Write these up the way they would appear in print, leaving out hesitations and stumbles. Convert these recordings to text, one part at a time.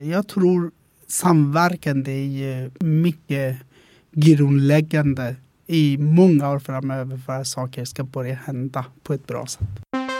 Jag tror samverkan är mycket grundläggande i många år framöver för att saker ska börja hända på ett bra sätt.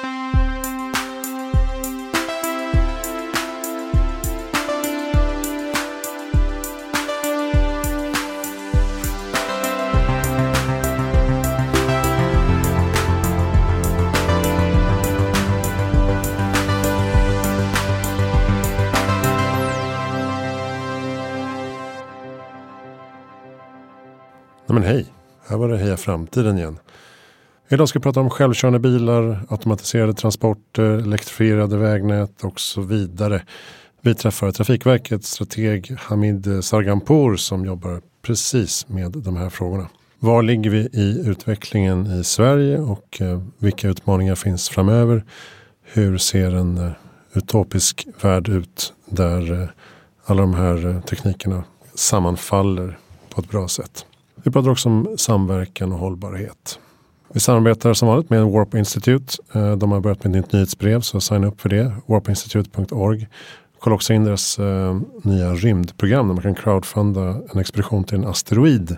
Men hej, här var det Heja Framtiden igen. Idag ska vi prata om självkörande bilar, automatiserade transporter, elektrifierade vägnät och så vidare. Vi träffar Trafikverkets strateg Hamid Sarganpour som jobbar precis med de här frågorna. Var ligger vi i utvecklingen i Sverige och vilka utmaningar finns framöver? Hur ser en utopisk värld ut där alla de här teknikerna sammanfaller på ett bra sätt? Vi pratar också om samverkan och hållbarhet. Vi samarbetar som vanligt med Warp Institute. De har börjat med ett nytt nyhetsbrev, så signa upp för det. warpinstitute.org. Kolla också in deras nya rymdprogram där man kan crowdfunda en expedition till en asteroid.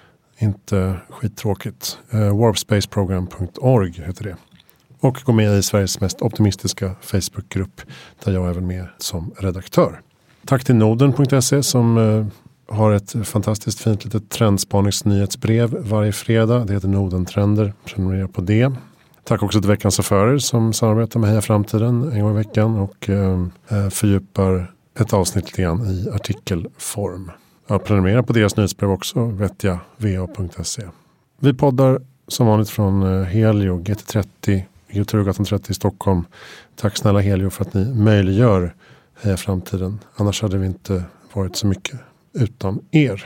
Inte skittråkigt. warpspaceprogram.org heter det. Och gå med i Sveriges mest optimistiska Facebookgrupp där jag är även med som redaktör. Tack till Norden.se som har ett fantastiskt fint litet trendspaningsnyhetsbrev varje fredag. Det heter Norden-trender. Prenumerera på det. Tack också till Veckans Affärer som samarbetar med Heja Framtiden en gång i veckan och fördjupar ett avsnitt lite grann i artikelform. Jag prenumererar på deras nyhetsbrev också, vetjava.se. Vi poddar som vanligt från Helio GT30, Turgatan 30 i Stockholm. Tack snälla Helio för att ni möjliggör Heja Framtiden. Annars hade vi inte varit så mycket utan er.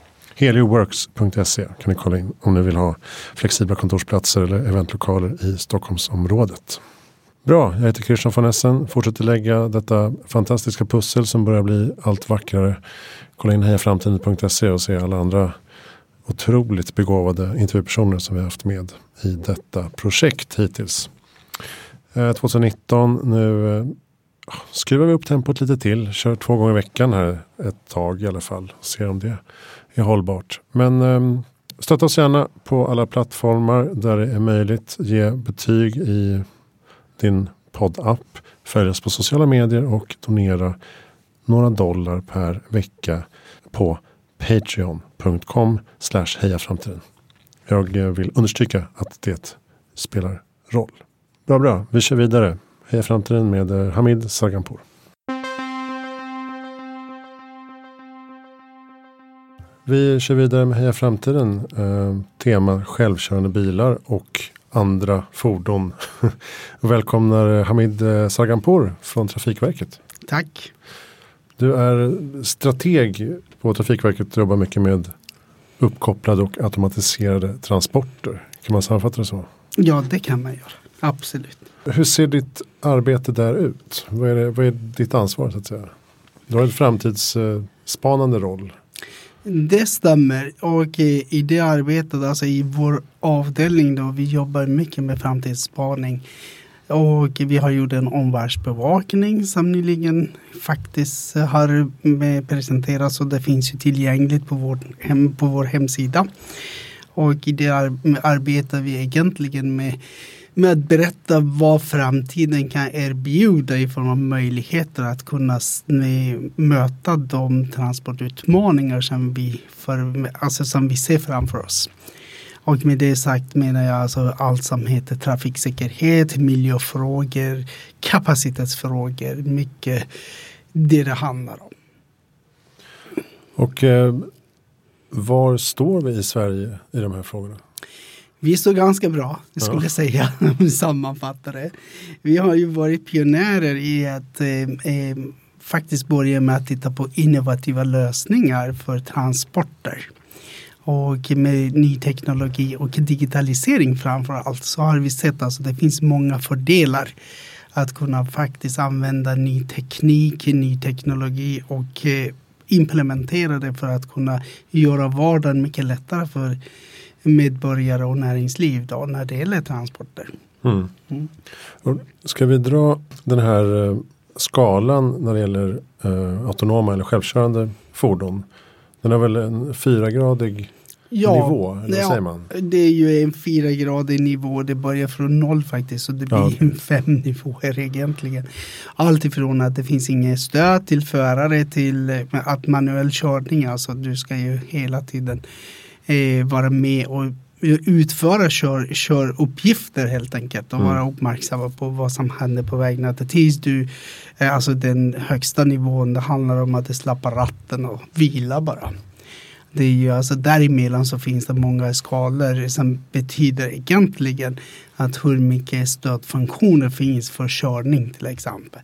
Helioworks.se kan ni kolla in om ni vill ha flexibla kontorsplatser eller eventlokaler i Stockholmsområdet. Bra, jag heter Christian von Essen. Fortsätter lägga detta fantastiska pussel som börjar bli allt vackrare. Kolla in hejaframtiden.se och se alla andra otroligt begåvade intervjupersoner som vi har haft med i detta projekt hittills. 2019 nu skruvar vi upp tempot lite till. Kör 2 gånger i veckan här ett tag i alla fall. Ser om det är hållbart. Men stötta oss gärna på alla plattformar där det är möjligt. Ge betyg i din poddapp. Följ oss på sociala medier och donera några dollar per vecka på patreon.com/hejaframtiden. Jag vill understryka att det spelar roll. Bra. Vi kör vidare. Heja Framtiden med Hamid Sarganpour. Vi kör vidare med Heja Framtiden. Tema självkörande bilar och andra fordon. Välkomnar Hamid Sarganpour från Trafikverket. Tack. Du är strateg på Trafikverket och jobbar mycket med uppkopplade och automatiserade transporter. Kan man sammanfatta det så? Ja, det kan man göra. Absolut. Hur ser ditt arbete där ut? Vad är ditt ansvar så att säga? Du har en framtidsspanande roll. Det stämmer. Och i det arbetet, alltså i vår avdelning då, vi jobbar mycket med framtidsspaning. Och vi har gjort en omvärldsbevakning som nyligen faktiskt har presenterats och det finns ju tillgängligt på vår hemsida. Och i det arbetar vi egentligen med att berätta vad framtiden kan erbjuda i form av möjligheter att kunna möta de transportutmaningar som vi ser framför oss. Och med det sagt menar jag alltså allt som heter trafiksäkerhet, miljöfrågor, kapacitetsfrågor, mycket det handlar om. Och var står vi i Sverige i de här frågorna? Vi står ganska bra, jag skulle säga, sammanfattare. Vi har ju varit pionjärer i att faktiskt börja med att titta på innovativa lösningar för transporter. Och med ny teknologi och digitalisering framför allt så har vi sett att alltså, det finns många fördelar att kunna faktiskt använda ny teknik, ny teknologi och implementera det för att kunna göra vardagen mycket lättare för medborgare och näringsliv då, när det gäller transporter. Och ska vi dra den här skalan när det gäller autonoma eller självkörande fordon, den är väl en 4-gradig nivå, eller säger man? Det är ju en 4-gradig nivå. Det börjar från 0 faktiskt, så det blir 5 nivåer egentligen. Allt ifrån att det finns ingen stöd till förare till att manuell körning, alltså du ska ju hela tiden vara med och utföra köruppgifter helt enkelt och vara uppmärksamma på vad som händer på vägnätet tills du, alltså den högsta nivån, det handlar om att släppa ratten och vila bara. Det är ju alltså däremellan så finns det många skalor som betyder egentligen att hur mycket stödfunktioner finns för körning till exempel.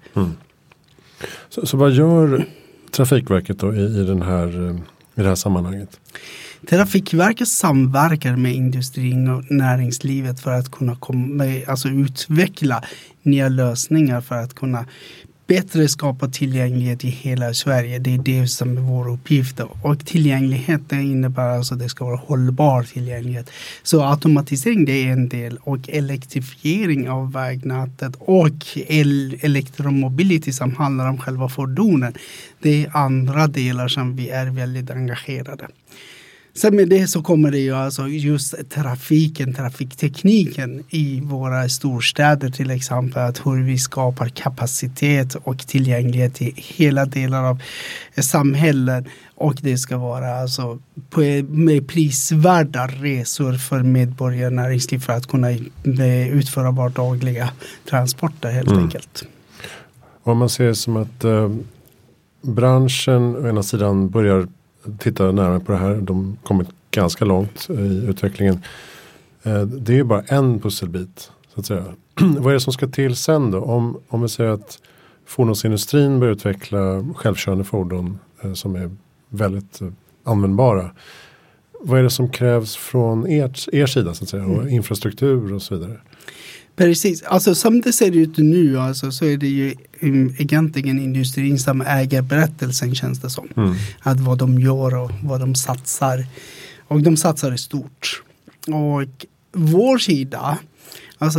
Så vad gör Trafikverket då i det här sammanhanget? Trafikverket samverkar med industrin och näringslivet för att kunna utveckla nya lösningar för att kunna bättre skapa tillgänglighet i hela Sverige. Det är det som är vår uppgift. Och tillgänglighet, det innebär alltså att det ska vara hållbar tillgänglighet. Så automatisering, det är en del, och elektrifiering av vägnätet och elektromobility som handlar om själva fordonen. Det är andra delar som vi är väldigt engagerade. Sen med det så kommer det ju alltså just trafiktekniken i våra storstäder till exempel, att hur vi skapar kapacitet och tillgänglighet i hela delar av samhällen, och det ska vara alltså med prisvärda resor för medborgare och näringsliv för att kunna utföra vardagliga transporter helt enkelt. Om man ser det som att branschen å ena sidan börjar titta närmare på det här. De kommer ganska långt i utvecklingen. Det är ju bara en pusselbit, så att säga. Vad är det som ska till sen då? Om vi säger att fordonsindustrin börjar utveckla självkörande fordon som är väldigt användbara. Vad är det som krävs från er sida, så att säga? Och infrastruktur och så vidare? Precis, alltså som det ser ut nu alltså, så är det ju egentligen industrin som äger berättelsen, känns det som. Att vad de gör och vad de satsar. Och de satsar i stort. Och vår sida, alltså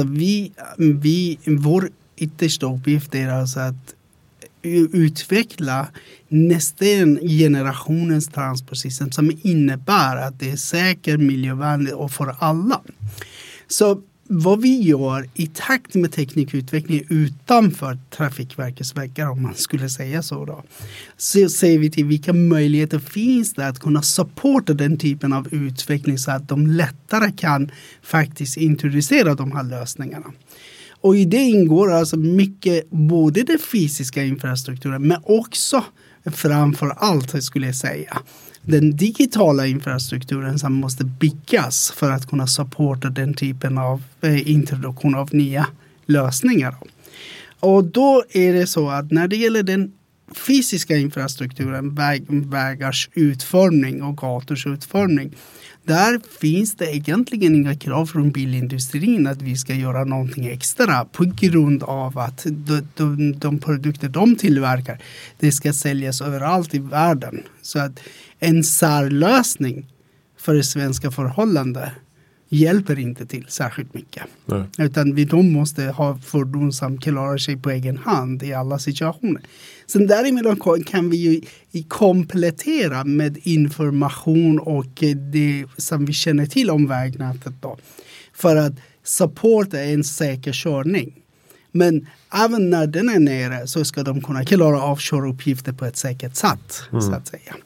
vår yttersta uppgift är alltså att utveckla nästa generationens transportsystem som innebär att det är säkert, miljövänligt och för alla. Så vad vi gör i takt med teknikutveckling utanför Trafikverkets väggar, om man skulle säga så då, så ser vi till vilka möjligheter finns det att kunna supporta den typen av utveckling så att de lättare kan faktiskt introducera de här lösningarna. Och i det ingår alltså mycket, både den fysiska infrastrukturen men också framför allt, skulle jag säga, den digitala infrastrukturen som måste byggas för att kunna supporta den typen av introduktion av nya lösningar. Och då är det så att när det gäller den fysiska infrastrukturen, vägars utformning och gators utformning, där finns det egentligen inga krav från bilindustrin att vi ska göra någonting extra på grund av att de produkter de tillverkar, det ska säljas överallt i världen. Så att en särlösning för svenska förhållanden hjälper inte till särskilt mycket. Nej. Utan de måste ha fordon som klarar sig på egen hand i alla situationer. Sen däremellan kan vi ju komplettera med information och det som vi känner till om vägnätet då, för att supporta en säker körning. Men även när den är nere så ska de kunna klara av köruppgifter på ett säkert sätt, så att säga.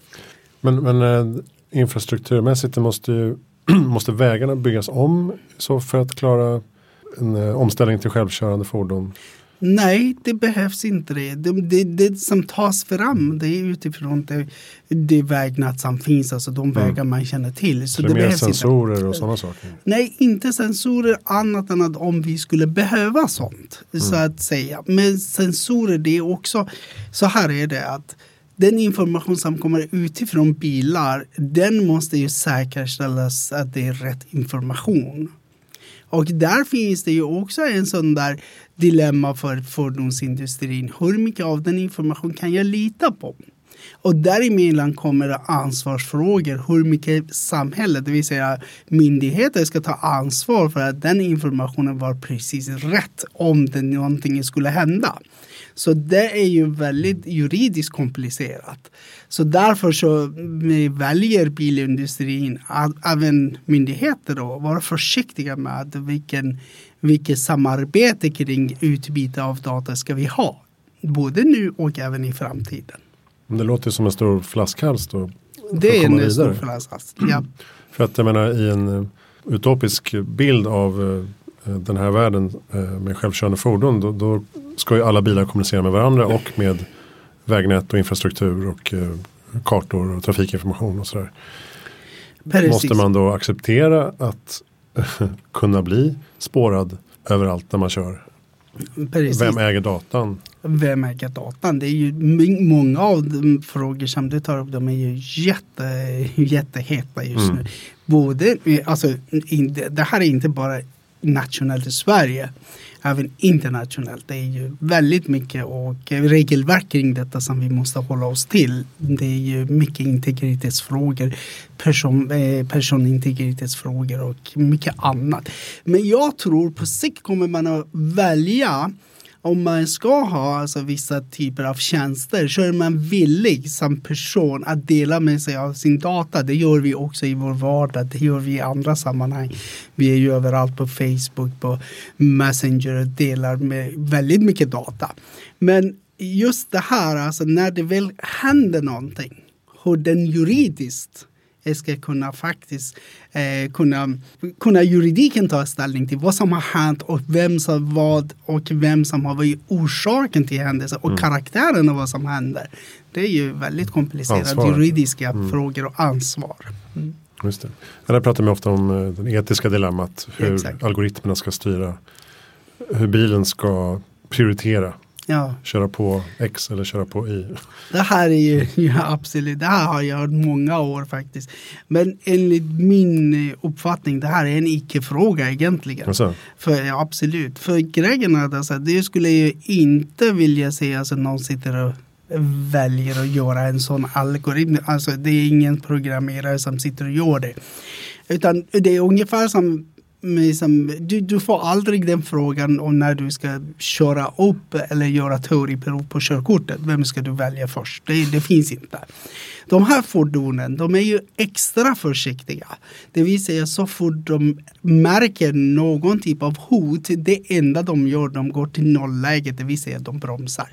Men infrastrukturmässigt måste vägarna byggas om så för att klara en omställning till självkörande fordon? Nej, det behövs inte det. Det som tas fram, det är utifrån det vägnät som finns, alltså de vägar man känner till. Så det är mer sensorer och sådana saker? Nej, inte sensorer annat än att om vi skulle behöva sånt, så att säga. Men sensorer, det är också, så här är det att den information som kommer utifrån bilar, den måste ju säkerställas att det är rätt information. Och där finns det ju också en sån där dilemma för fordonsindustrin. Hur mycket av den information kan jag lita på? Och däremellan kommer det ansvarsfrågor. Hur mycket samhället, det vill säga myndigheter, ska ta ansvar för att den informationen var precis rätt om det någonting skulle hända. Så det är ju väldigt juridiskt komplicerat. Så därför så väljer bilindustrin, även myndigheter då, vara försiktiga med vilket samarbete kring utbyte av data ska vi ha. Både nu och även i framtiden. Det låter som en stor flaskhals då. Det är en stor flaskhals, ja. För att jag menar, i en utopisk bild av den här världen med självkörande fordon, då ska ju alla bilar kommunicera med varandra och med vägnät och infrastruktur och kartor och trafikinformation och sådär. Precis. Måste man då acceptera att kunna bli spårad överallt när man kör? Precis. Vem äger datan? Vem äger datan? Det är ju många av de frågor som du tar upp, de är ju jätteheta just nu. Både, alltså, det här är inte bara nationellt i Sverige, även internationellt. Det är ju väldigt mycket och regelverk kring detta som vi måste hålla oss till. Det är ju mycket integritetsfrågor, personintegritetsfrågor och mycket annat. Men jag tror på sikt kommer man att välja, om man ska ha alltså vissa typer av tjänster, så är man villig som person att dela med sig av sin data. Det gör vi också i vår vardag. Det gör vi i andra sammanhang. Vi är ju överallt på Facebook, på Messenger och delar med väldigt mycket data. Men just det här, alltså när det väl händer någonting, hur den juridiskt ska kunna faktiskt kunna juridiken ta ställning till vad som har hänt och vem som vad och vem som har varit orsaken till händelsen och karaktären av vad som händer. Det är ju väldigt komplicerade juridiska frågor och ansvar. Just det. Där pratar man ofta om det etiska dilemmat, hur algoritmerna ska styra, hur bilen ska prioritera. Ja. Köra på X eller köra på Y. Det här är ju absolut, det här har jag hört många år faktiskt. Men enligt min uppfattning, det här är en icke-fråga egentligen. Alltså. För absolut, för grejen är alltså, det skulle ju inte vilja se alltså någon sitter och väljer att göra en sån algoritm. Alltså det är ingen programmerare som sitter och gör det. Utan det är ungefär som du får aldrig den frågan om när du ska köra upp eller göra teoriprov på körkortet. Vem ska du välja först? Det finns inte. De här fordonen, de är ju extra försiktiga. Det vill säga så fort de märker någon typ av hot, det enda de gör, de går till nollläget, det vill säga att de bromsar.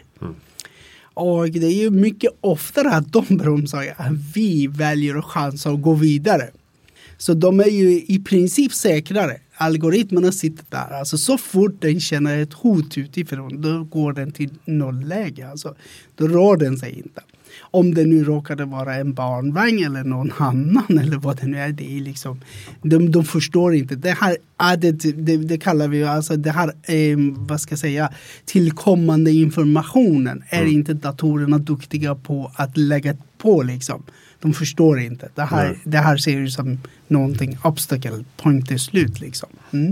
Och det är ju mycket oftare att de bromsar, vi väljer att chansa och gå vidare. Så de är ju i princip säkrare. Algoritmerna sitter där. Alltså så fort den känner ett hot utifrån, då går den till nollläge. Alltså, då rör den sig inte. Om det nu råkade vara en barnvagn eller någon annan eller vad det nu är, det är liksom, de förstår inte. Det här det kallar vi alltså det här, vad ska jag säga, tillkommande informationen är inte datorerna duktiga på att lägga på liksom. De förstår inte. Det här ser ju som någonting obstacle point till slut liksom.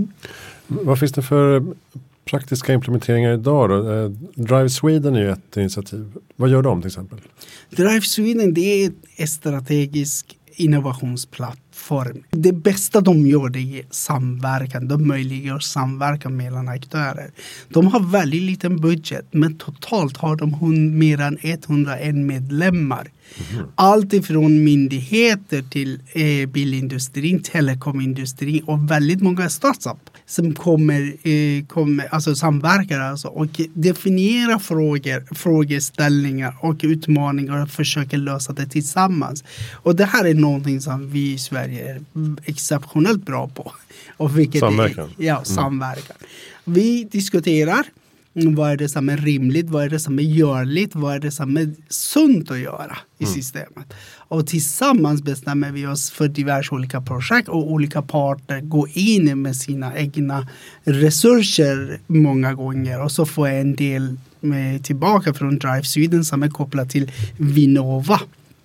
Vad finns det för praktiska implementeringar idag då? Drive Sweden är ju ett initiativ. Vad gör de till exempel? Drive Sweden, det är en strategisk innovationsplattform. Det bästa de gör, det är samverkan. De möjliggör samverkan mellan aktörer. De har väldigt liten budget, men totalt har de mer än 101 medlemmar. Allt ifrån myndigheter till bilindustrin, telekomindustrin och väldigt många startup som kommer alltså samverkar alltså och definiera frågeställningar och utmaningar och försöker lösa det tillsammans. Och det här är någonting som vi i Sverige är exceptionellt bra på. Och vilket samverkan. Samverkan. Vi diskuterar vad är det som är rimligt, vad är det som är görligt, vad är det som är sunt att göra i systemet. Och tillsammans bestämmer vi oss för diverse olika projekt och olika parter går in med sina egna resurser många gånger och så får en del tillbaka från Drive Sweden som är kopplat till Vinnova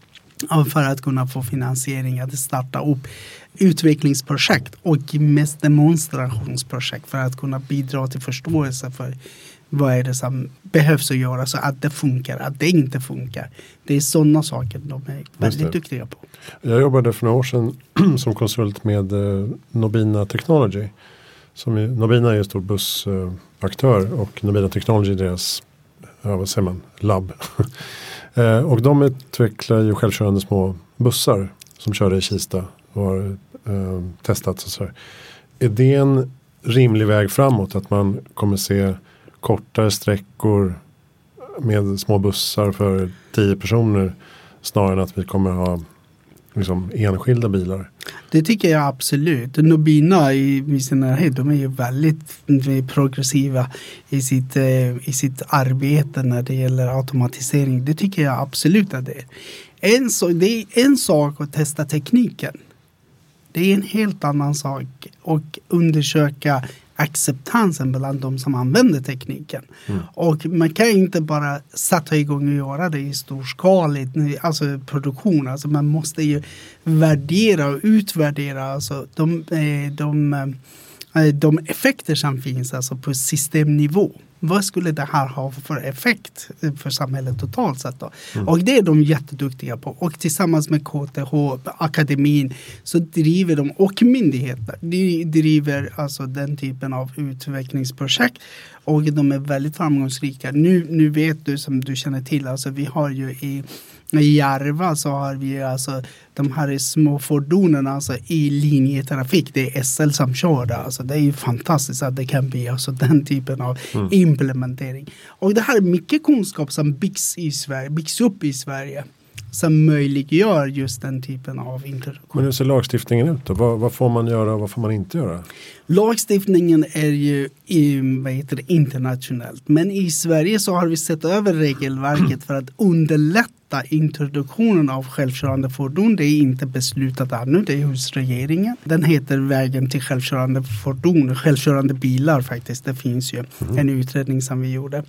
för att kunna få finansiering att starta upp utvecklingsprojekt och mest demonstrationsprojekt för att kunna bidra till förståelse för vad är det som behövs att göra så att det funkar, att det inte funkar. Det är sådana saker de är väldigt duktiga på. Jag jobbade för några år sedan som konsult med Nobina Technology. Nobina är en stor bussaktör och Nobina Technology är deras vad säger man, labb. Och de utvecklar ju självkörande små bussar som kör i Kista och har testats och så här. Är det en rimlig väg framåt att man kommer se kortare sträckor med små bussar för 10 personer snarare än att vi kommer ha liksom enskilda bilar? Det tycker jag absolut. Nobina i sin närhet, de är ju väldigt progressiva i sitt arbete när det gäller automatisering. Det tycker jag absolut att det är. Det är en sak att testa tekniken. Det är en helt annan sak och undersöka acceptansen bland de som använder tekniken. Och man kan inte bara sätta igång och göra det i storskaligt, alltså produktion. Alltså man måste ju värdera och utvärdera alltså de effekter som finns alltså på systemnivå. Vad skulle det här ha för effekt för samhället totalt sett då? Och det är de jätteduktiga på. Och tillsammans med KTH, akademin, så driver de, och myndigheter, de driver alltså den typen av utvecklingsprojekt. Och de är väldigt framgångsrika. Nu vet du, som du känner till, alltså vi har ju i Järva så har vi alltså de här små fordonen alltså i linjetrafik. Det är SL som kör det. Alltså det är ju fantastiskt att det kan bli alltså den typen av implementering. Och det här är mycket kunskap som byggs upp i Sverige som möjliggör just den typen av introduktion. Men hur ser lagstiftningen ut då? Vad får man göra och vad får man inte göra? Lagstiftningen är ju internationellt. Men i Sverige så har vi sett över regelverket för att underlätta introduktionen av självkörande fordon. Det är inte beslutat ännu, det är hos regeringen. Den heter Vägen till självkörande fordon, självkörande bilar faktiskt. Det finns ju en utredning som vi gjorde.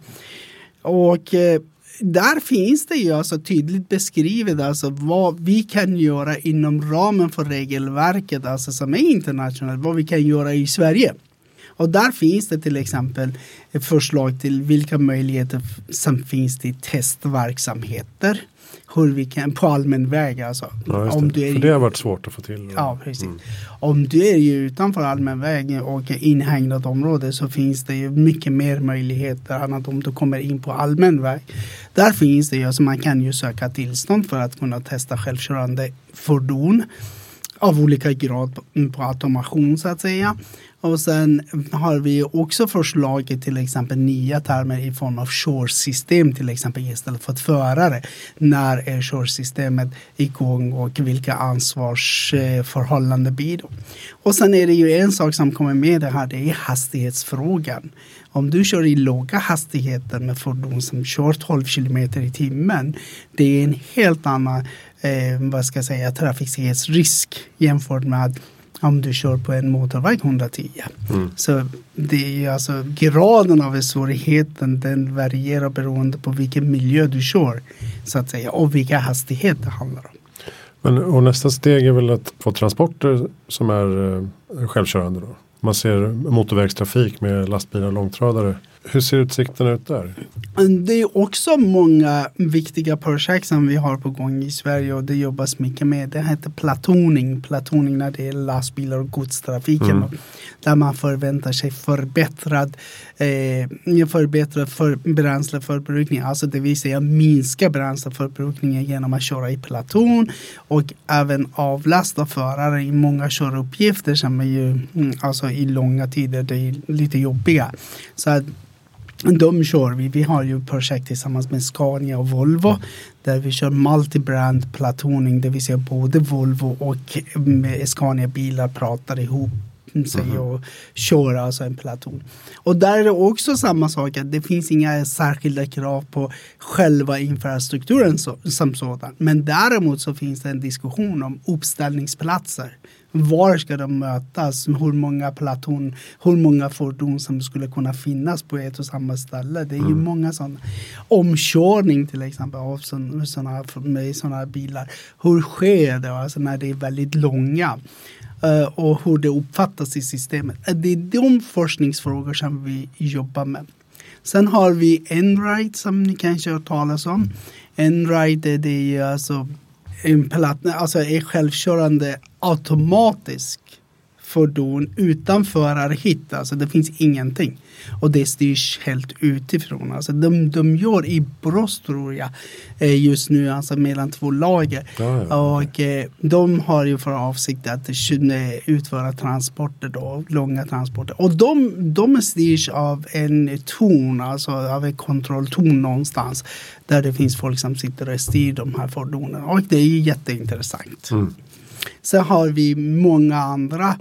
Och där finns det ju alltså tydligt beskrivet alltså vad vi kan göra inom ramen för regelverket alltså som är internationellt, vad vi kan göra i Sverige. Och där finns det till exempel ett förslag till vilka möjligheter som finns till testverksamheter. Hur vi kan, på allmän väg alltså. Ja, om du är, för det har varit svårt att få till. Ja, precis. Om du är ju utanför allmän väg och inhägnat område så finns det ju mycket mer möjligheter än att om du kommer in på allmän väg. Där finns det ju, alltså man kan ju söka tillstånd för att kunna testa självkörande fordon av olika grad på automation så att säga. Och sen har vi också förslaget till exempel nya termer i form av körsystem till exempel istället för förare. När är körsystemet igång och vilka ansvarsförhållande blir då. Och sen är det ju en sak som kommer med det här, det är hastighetsfrågan. Om du kör i låga hastigheter med fordon som kör 12 km i timmen, det är en helt annan trafiksäkerhetsrisk jämfört med om du kör på en motorväg 110. Så det är alltså graden av svårigheten, den varierar beroende på vilken miljö du kör så att säga och vilka hastigheter det handlar om. Och nästa steg är väl att få transporter som är självkörande då? Man ser motorvägstrafik med lastbilar och långtradare. Hur ser utsikterna ut där? Det är också många viktiga projekt som vi har på gång i Sverige och det jobbas mycket med. Det heter platoning. Platoning när det är lastbilar och godstrafiken. Där man förväntar sig förbättrad bränsleförbrukning. Alltså det vill säga minska bränsleförbrukningen genom att köra i platon. Och även avlasta förare i många köruppgifter som är ju alltså i långa tider det är lite jobbiga. Så att de kör vi. Vi har ju projekt tillsammans med Scania och Volvo där vi kör multibrand platoning, det vill säga både Volvo och Scania bilar pratar ihop sig och kör alltså en platon. Och där är det också samma sak att det finns inga särskilda krav på själva infrastrukturen som sådan. Men däremot så finns det en diskussion om uppställningsplatser. Var ska de mötas? Hur många fordon som skulle kunna finnas på ett och samma ställe? Det är ju många sådana. Omkörning till exempel av sådana bilar. Hur sker det alltså när det är väldigt långa? Och hur det uppfattas i systemet. Det är de forskningsfrågor som vi jobbar med. Sen har vi Enride som ni kanske har talat om. Enride det är alltså är självkörande automatisk fordon utan förarhytt. Alltså det finns ingenting. Och det styrs helt utifrån. Alltså de gör i Borås, tror jag, just nu, alltså mellan 2 lager. Och de har ju för avsikt att utföra transporter då, långa transporter. Och de styrs av en ton, alltså av en kontrollton någonstans. Där det finns folk som sitter och styr de här fordonen. Och det är ju jätteintressant. Sen har vi många andra.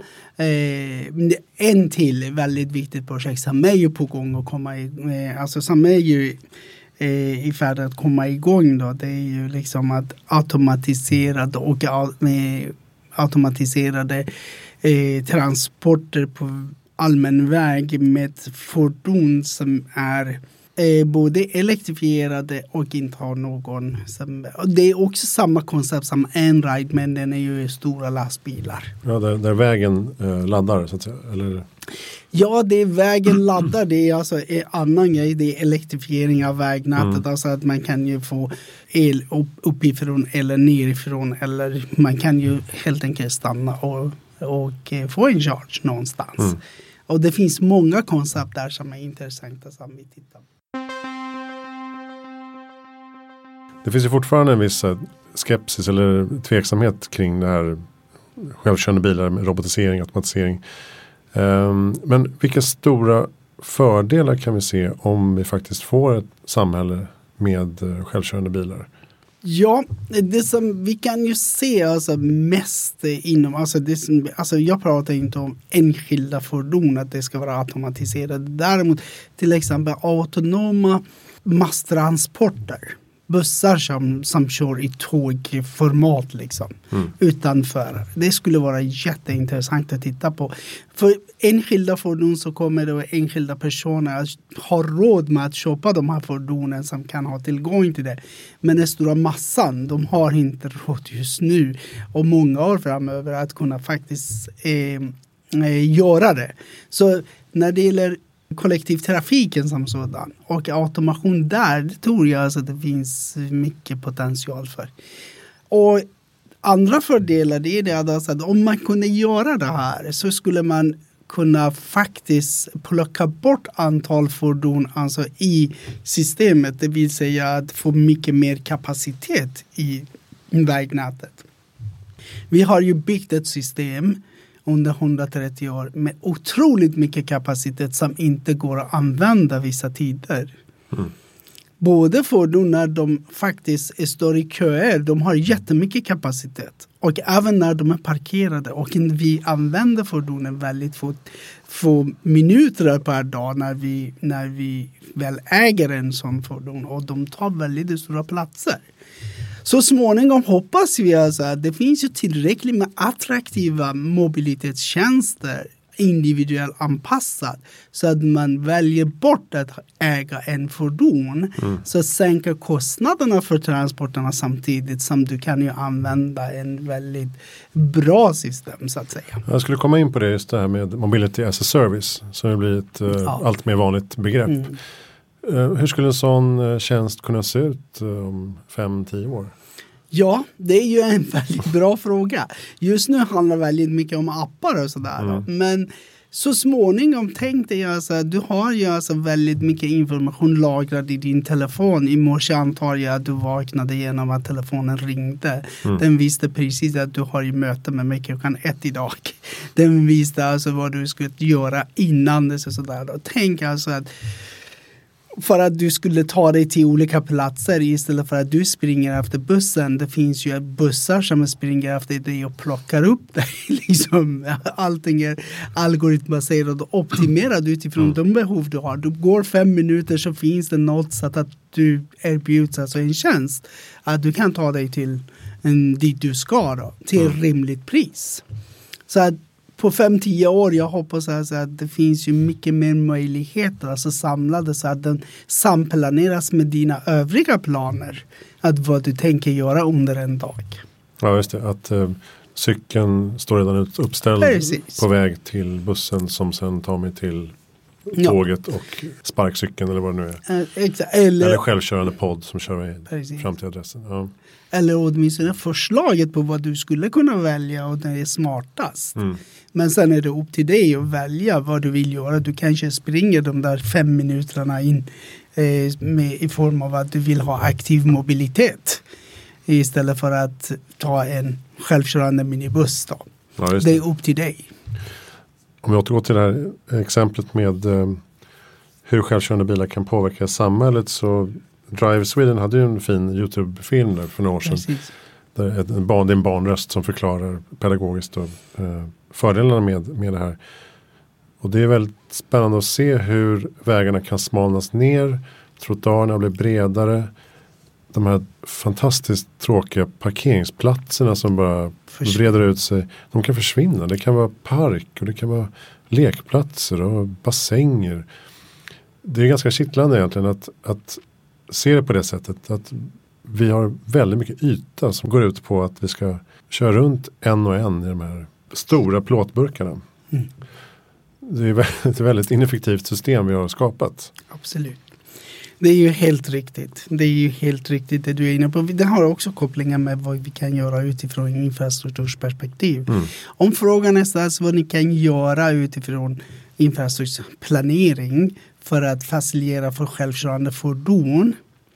En till väldigt viktigt projekt som är ju på gång att komma alltså som är ju i färd att komma igång då. Det är ju liksom att automatiserade transporter på allmän väg med fordon som är både elektrifierade och inte har någon det är också samma koncept som Einride, men den är ju stora lastbilar. Ja, där vägen laddar så att säga, eller? Ja, det är vägen laddar, det är alltså en annan grej, det är elektrifiering av vägnätet, alltså att man kan ju få el uppifrån eller nerifrån, eller man kan ju helt enkelt stanna och få en charge någonstans. Och det finns många koncept där som är intressanta som vi tittar på. Det finns ju fortfarande en viss skepsis eller tveksamhet kring det här självkörande bilar med robotisering, automatisering. Men vilka stora fördelar kan vi se om vi faktiskt får ett samhälle med självkörande bilar? Ja, det som vi kan ju se alltså mest inom, alltså jag pratar inte om enskilda fordon att det ska vara automatiserade. Däremot till exempel autonoma masstransporter. Bussar som kör i tågformat liksom, utan förare. Det skulle vara jätteintressant att titta på. För enskilda fordon så kommer det enskilda personer att ha råd med att köpa de här fordonen som kan ha tillgång till det. Men den stora massan, de har inte råd just nu och många år framöver att kunna faktiskt göra det. Så när det gäller kollektivtrafiken som sådan och automation där, det tror jag alltså att det finns mycket potential för. Och andra fördelar, det är det alltså att om man kunde göra det här så skulle man kunna faktiskt plocka bort antal fordon alltså i systemet, det vill säga att få mycket mer kapacitet i vägnätet. Vi har ju byggt ett system under 130 år med otroligt mycket kapacitet som inte går att använda vissa tider. Både fordon när de faktiskt står i köer, de har jättemycket kapacitet. Och även när de är parkerade och vi använder fordonen väldigt få minuter per dag när vi väl äger en sån fordon, och de tar väldigt stora platser. Så småningom hoppas vi alltså att det finns ju tillräckligt med attraktiva mobilitetstjänster individuellt anpassat så att man väljer bort att äga en fordon, så sänker kostnaderna för transporterna samtidigt som du kan ju använda en väldigt bra system så att säga. Jag skulle komma in på det, just det här med mobility as a service som blir ett allt mer vanligt begrepp. Hur skulle en sån tjänst kunna se ut om 5-10 år? Ja, det är ju en väldigt bra fråga. Just nu handlar det väldigt mycket om appar och sådär. Men så småningom tänkte jag så att du har ju alltså väldigt mycket information lagrad i din telefon. I morse antar jag att du vaknade genom att telefonen ringde. Den visste precis att du har ju möte med mig klockan 1 idag. Den visste alltså vad du skulle göra innan det och sådär. Tänk alltså att för att du skulle ta dig till olika platser istället för att du springer efter bussen. Det finns ju bussar som springer efter dig och plockar upp dig. Liksom, allting är algoritmbaserat och optimerat utifrån de behov du har. Du går 5 minuter så finns det något så att du erbjuds alltså en tjänst. Att du kan ta dig till dit du ska då, till rimligt pris. Så att på 5-10 år, jag hoppas alltså att det finns ju mycket mer möjligheter, alltså samlade så att den samplaneras med dina övriga planer. Att vad du tänker göra under en dag. Ja, just det. Att cykeln står redan uppställd på väg till bussen som sen tar mig till tåget och sparkcykeln eller vad det nu är. Eller självkörande podd som kör fram till adressen. Ja. Eller åtminstone förslaget på vad du skulle kunna välja och det är smartast. Men sen är det upp till dig att välja vad du vill göra. Du kanske springer de där 5 minuterna in i form av att du vill ha aktiv mobilitet istället för att ta en självkörande minibuss då. Ja, det är upp till dig. Om vi återgår till det här exemplet med hur självkörande bilar kan påverka samhället, så Drive Sweden hade ju en fin YouTube-film där för några år sedan. Precis. Där det är en barnröst som förklarar pedagogiskt fördelarna med det här. Och det är väldigt spännande att se hur vägarna kan smalnas ner, trottoarerna blir bredare. De här fantastiskt tråkiga parkeringsplatserna som bara breder ut sig, de kan försvinna. Det kan vara park och det kan vara lekplatser och bassänger. Det är ganska kittlande egentligen att se det på det sättet. Att vi har väldigt mycket yta som går ut på att vi ska köra runt en och en i de här stora plåtburkarna. Det är ett väldigt ineffektivt system vi har skapat. Absolut. Det är ju helt riktigt. Det är ju helt riktigt det du är inne på. Det har också kopplingar med vad vi kan göra utifrån infrastruktursperspektiv. Om frågan är så vad ni kan göra utifrån infrastrukturplanering för att facilitera för självkörande fordon,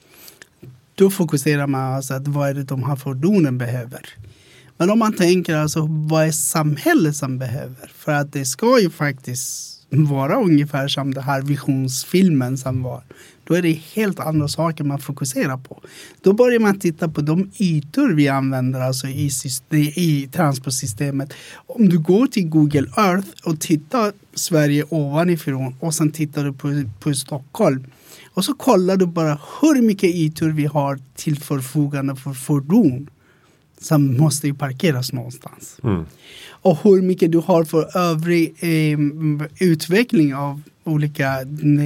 då fokuserar man alltså att vad är det de här fordonen behöver. Men om man tänker alltså vad är samhället som behöver, för att det ska ju faktiskt vara ungefär som det här visionsfilmen som var. Då är det helt andra saker man fokuserar på. Då börjar man titta på de ytor vi använder alltså i transportsystemet. Om du går till Google Earth och tittar Sverige ovanifrån och sen tittar du på Stockholm. Och så kollar du bara hur mycket ytor vi har till förfogande för fordon som måste ju parkeras någonstans. Och hur mycket du har för övrig utveckling av olika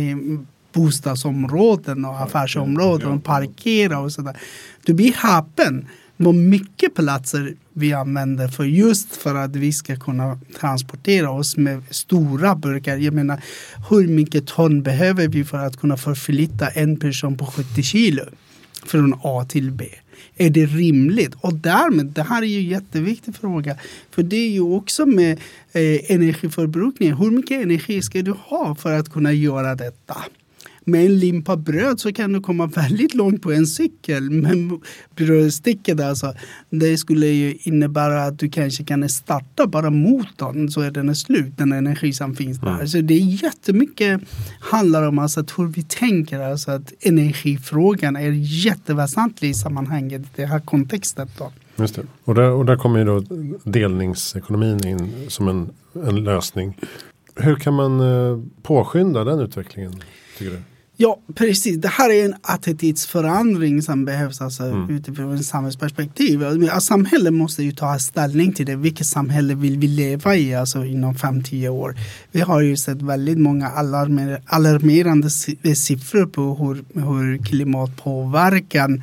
bostadsområden och affärsområden och parkera och sådär. Du blir häpen vad mycket platser vi använder för att vi ska kunna transportera oss med stora burkar. Jag menar, hur mycket ton behöver vi för att kunna förflytta en person på 70 kilo från A till B? Är det rimligt? Och därmed, det här är ju en jätteviktig fråga. För det är ju också med energiförbrukning. Hur mycket energi ska du ha för att kunna göra detta? Med en limpa bröd så kan du komma väldigt långt på en cykel. Men brödsticket alltså, det skulle ju innebära att du kanske kan starta bara motorn så är den slut, den energi som finns där. Så det är jättemycket handlar om alltså att hur vi tänker alltså att energifrågan är jätteväsentlig i sammanhanget, det här kontextet då. Just det. Och där kommer ju då delningsekonomin in som en lösning. Hur kan man påskynda den utvecklingen, tycker du? Ja, precis. Det här är en attitydsförändring som behövs alltså, utifrån ett samhällsperspektiv. Samhället måste ju ta ställning till det. Vilket samhälle vill vi leva i alltså, inom 5-10 år? Vi har ju sett väldigt många alarmerande siffror på hur klimatpåverkan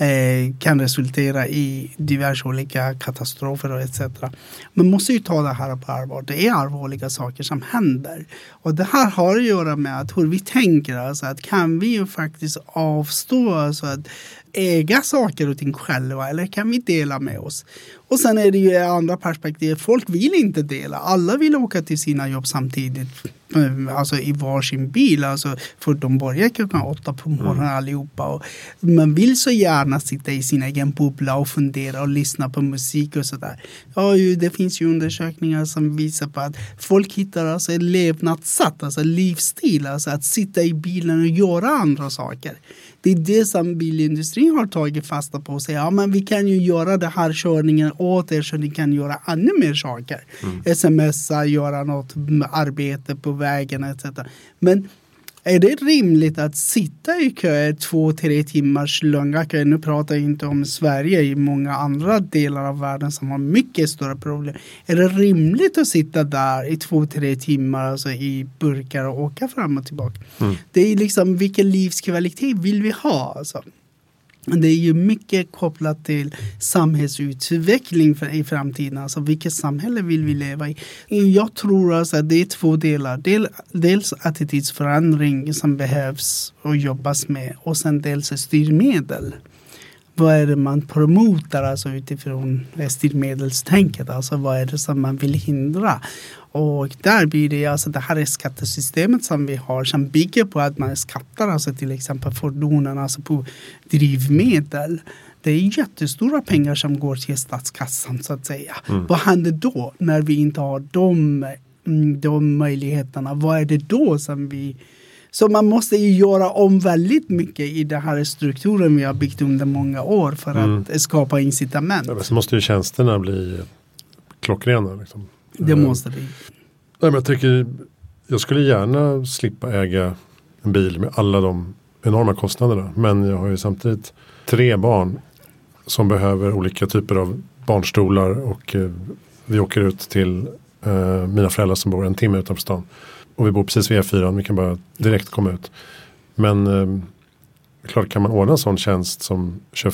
kan resultera i diverse olika katastrofer och etc. Man måste ju ta det här på allvar. Det är allvarliga saker som händer. Och det här har att göra med att hur vi tänker. Alltså att kan vi ju faktiskt avstå alltså att äga saker och ting själva eller kan vi dela med oss? Och sen är det ju andra perspektiv. Folk vill inte dela. Alla vill åka till sina jobb samtidigt. Alltså i varsin bil. Alltså för de börjar klockan 8 på morgonen allihopa. Och man vill så gärna sitta i sin egen bubbla och fundera och lyssna på musik och sådär. Ja, det finns ju undersökningar som visar på att folk hittar alltså en levnadssätt, alltså livsstil. Alltså att sitta i bilen och göra andra saker. Det är det som bilindustrin har tagit fasta på och säger, ja men vi kan ju göra det här körningen åt er så ni kan göra ännu mer saker. Smsa, göra något arbete på vägen etc. Men är det rimligt att sitta i kö 2-3 timmars långa kö? Nu pratar jag inte om Sverige, i många andra delar av världen som har mycket större problem. Är det rimligt att sitta där i 2-3 timmar alltså i burkar och åka fram och tillbaka? Det är liksom vilken livskvalitet vill vi ha alltså? Det är ju mycket kopplat till samhällsutveckling i framtiden. Alltså vilket samhälle vill vi leva i? Jag tror alltså att det är två delar. Dels attitydsförändring som behövs och jobbas med. Och sen dels styrmedel. Vad är det man promotar alltså utifrån styrmedelstänket? Alltså vad är det som man vill hindra? Och där blir det alltså det här är skattesystemet som vi har som bygger på att man skattar alltså till exempel fordonen alltså på drivmedel. Det är jättestora pengar som går till statskassan så att säga. Vad händer då när vi inte har de möjligheterna? Vad är det då som vi... Så man måste ju göra om väldigt mycket i den här strukturen vi har byggt under många år för att skapa incitament. Ja, så måste ju tjänsterna bli klockrena. Liksom. Det måste vi. Nej, men jag skulle gärna slippa äga en bil med alla de enorma kostnaderna. Men jag har ju samtidigt 3 barn som behöver olika typer av barnstolar. Och vi åker ut till mina föräldrar som bor 1 timme utanför stan. Och vi bor precis vid E4, vi kan bara direkt komma ut. Men klart kan man ordna en sån tjänst som kör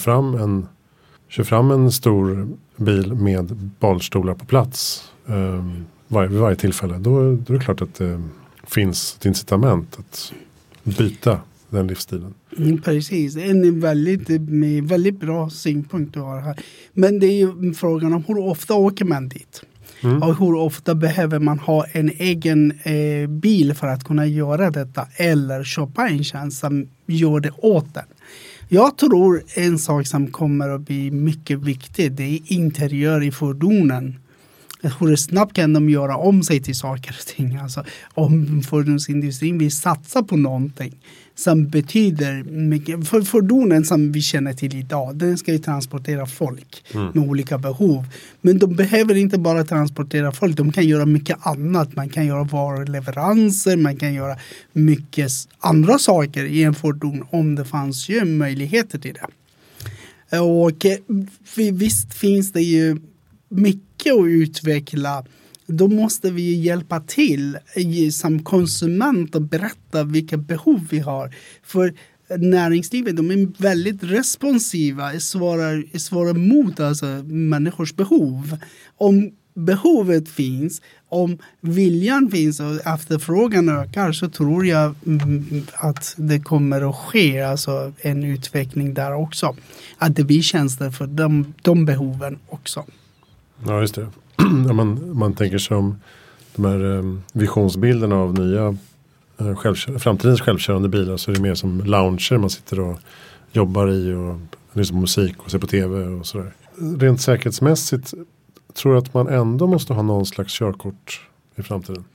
fram en stor bil med barnstolar på plats vid varje tillfälle. Då är det klart att det finns ett incitament att byta den livsstilen. Precis, en väldigt bra synpunkt du har här. Men det är ju frågan om hur ofta åker man dit? Och hur ofta behöver man ha en egen bil för att kunna göra detta eller köpa en tjänst som gör det åt den. Jag tror en sak som kommer att bli mycket viktig, det är interiör i fordonen. Hur snabbt kan de göra om sig till saker och ting? Alltså, om fordonsindustrin vill satsa på någonting som betyder mycket. För fordonen som vi känner till idag, den ska ju transportera folk med olika behov. Men de behöver inte bara transportera folk, de kan göra mycket annat. Man kan göra varuleveranser, man kan göra mycket andra saker i en fordon om det fanns ju möjligheter till det. Och visst finns det ju mycket att utveckla. Då måste vi hjälpa till som konsument och berätta vilka behov vi har. För näringslivet, de är väldigt responsiva, svarar mot alltså människors behov. Om behovet finns, om viljan finns och efterfrågan ökar, så tror jag att det kommer att ske alltså en utveckling där också. Att det blir tjänster för de behoven också. Ja, just det. Man tänker sig om de här visionsbilderna av nya framtidens självkörande bilar, så är det mer som lounger man sitter och jobbar i och lyssnar på musik och ser på tv och sådär. Rent säkerhetsmässigt tror jag att man ändå måste ha någon slags körkort i framtiden.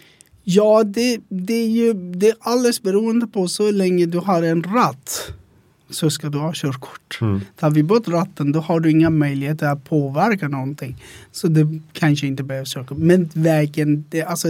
Ja, det är alldeles beroende på så länge du har en ratt. Så ska du ha körkort. Tar vi bort ratten, då har du inga möjligheter att påverka någonting. Så det kanske inte behövs körkort. Men vägen,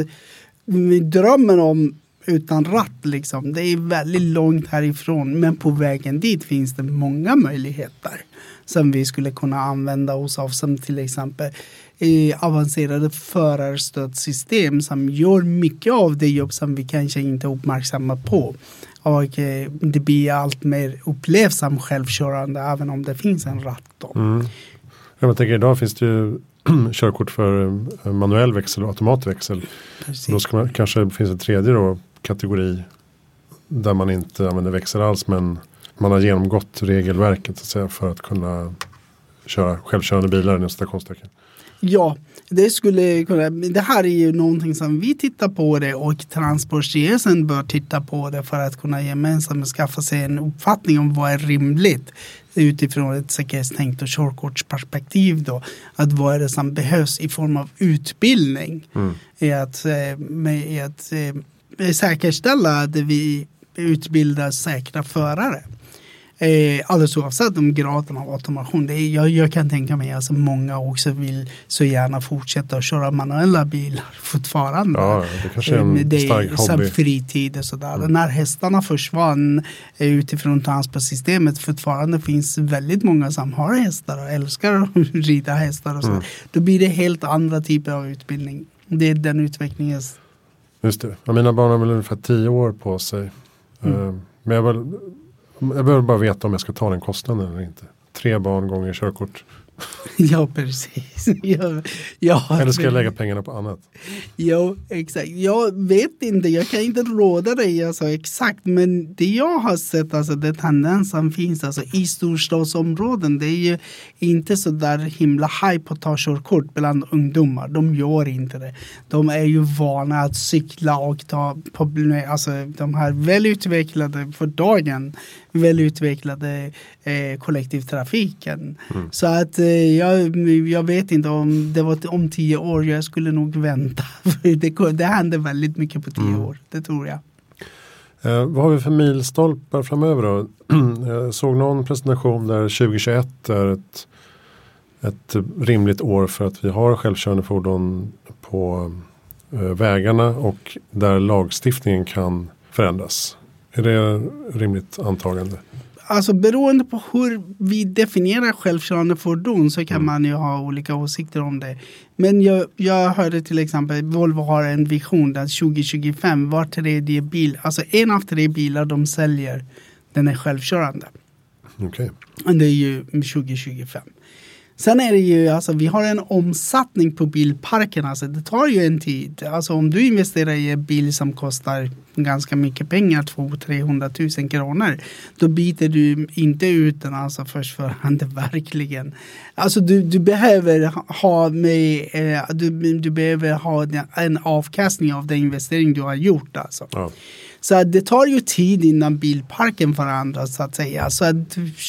drömmen om utan ratt liksom, det är väldigt långt härifrån. Men på vägen dit finns det många möjligheter som vi skulle kunna använda oss av. Som till exempel avancerade förarstödssystem som gör mycket av det jobb som vi kanske inte är uppmärksamma på. Och det blir allt mer upplevt som självkörande även om det finns en ratt då. Jag tänker idag finns det ju körkort för manuell växel och automatväxel. Då kanske finns en tredje då, kategori där man inte använder växel alls, men man har genomgått regelverket så att säga, för att kunna köra självkörande bilar i nästa konstverken. Ja, det skulle kunna. Det här är ju någonting som vi tittar på det och Transportstyrelsen bör titta på det för att kunna gemensamt skaffa sig en uppfattning om vad är rimligt utifrån ett säkerhetstänkt och körkortsperspektiv då. Att vad är det som behövs i form av utbildning i att säkerställa att vi utbildar säkra förare. Alldeles oavsett om graden av automation. Jag kan tänka mig att alltså, många också vill så gärna fortsätta att köra manuella bilar fortfarande. Ja, det kanske är en stark hobby. Fritid och sådär. När hästarna försvann utifrån transportsystemet, fortfarande finns väldigt många som har hästar och älskar att rida hästar och sådär. Då blir det helt andra typer av utbildning. Det är den utvecklingen. Just det. Mina barn har väl ungefär 10 år på sig. Men jag Jag behöver bara veta om jag ska ta den kostnaden eller inte. 3 barn gånger körkort. Ja, precis. Ja, eller ska jag lägga pengarna på annat? Ja, exakt. Jag vet inte, jag kan inte råda dig alltså, exakt. Men det jag har sett, alltså det tendens som finns alltså, i storstadsområden, det är ju inte så där himla hype på att ta körkort bland ungdomar. De gör inte det. De är ju vana att cykla och ta alltså de här välutvecklade för dagen välutvecklade kollektivtrafiken. Så att jag vet inte om det var om 10 år, jag skulle nog vänta. Det händer väldigt mycket på 10 år, det tror jag. Vad har vi för milstolpar framöver då? Jag såg någon presentation där 2021 är ett rimligt år för att vi har självkörande fordon på vägarna och där lagstiftningen kan förändras. Är det rimligt antagande? Alltså beroende på hur vi definierar självkörande fordon så kan man ju ha olika åsikter om det. Men jag hörde till exempel Volvo har en vision där 2025 var 3:e bil, alltså 1 av 3 bilar de säljer, den är självkörande. Okej. Det är ju 2025. Sen är det ju, alltså vi har en omsättning på bilparken, alltså det tar ju en tid. Alltså om du investerar i en bil som kostar ganska mycket pengar, 200-300 000 kronor, då byter du inte ut den alltså först förhand verkligen. Alltså du behöver ha med, du behöver ha en avkastning av den investering du har gjort alltså. Ja. Så det tar ju tid innan bilparken förändras så att säga. Så att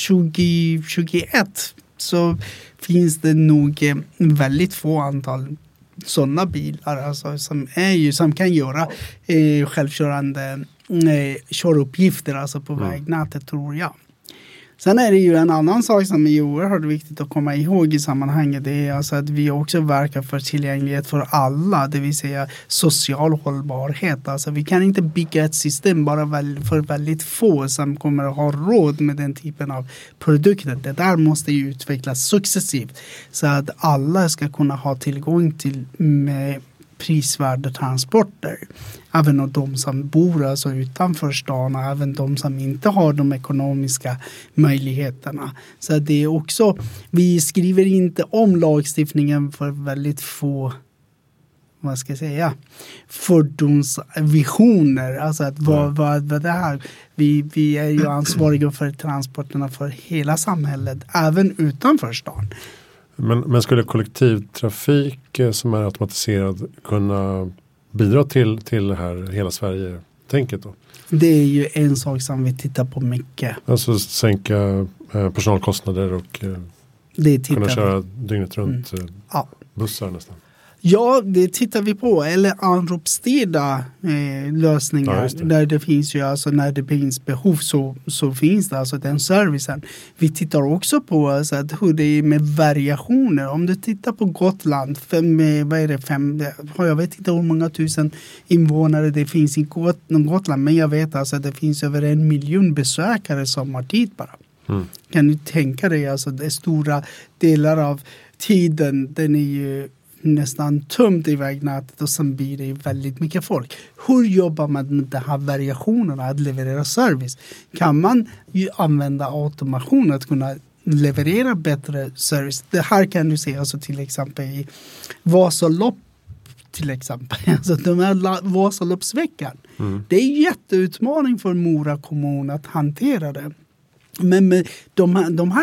2021 så finns det nog väldigt få antal sådana bilar alltså, som kan göra självkörande köruppgifter alltså på vägnätet, tror jag. Sen är det ju en annan sak som är oerhört viktigt att komma ihåg i sammanhanget. Det är alltså att vi också verkar för tillgänglighet för alla, det vill säga social hållbarhet. Alltså vi kan inte bygga ett system bara för väldigt få som kommer att ha råd med den typen av produkter. Det där måste ju utvecklas successivt så att alla ska kunna ha tillgång till med prisvärda transporter. Även de som bor alltså utanför stan och även de som inte har de ekonomiska möjligheterna. Så det är också, vi skriver inte om lagstiftningen för väldigt få, vad ska jag säga, fordonsvisioner. Alltså att vad det här, vi är ju ansvariga för transporterna för hela samhället, även utanför stan. Men skulle kollektivtrafik som är automatiserad kunna bidra till det här hela Sverige-tänket då? Det är ju en sak som vi tittar på mycket. Alltså sänka personalkostnader och kunna köra dygnet runt bussar nästan. Ja, det tittar vi på. Eller anropsstyrda lösningar. Ja, där det finns ju alltså, när det finns behov så finns det alltså den servicen. Vi tittar också på alltså, att hur det är med variationer. Om du tittar på Gotland, jag vet inte hur många tusen invånare det finns i Gotland, men jag vet alltså att det finns över 1 miljon besökare sommartid bara. Kan du tänka dig alltså, det stora delar av tiden, den är ju nästan tömt i vägnätet och sen blir det väldigt mycket folk. Hur jobbar man med de här variationerna att leverera service? Kan man ju använda automation att kunna leverera bättre service? Det här kan du se alltså till exempel i Vasalopp till exempel. Alltså de här Vasaloppsveckan. Det är en jätteutmaning för Mora kommun att hantera det. Men med de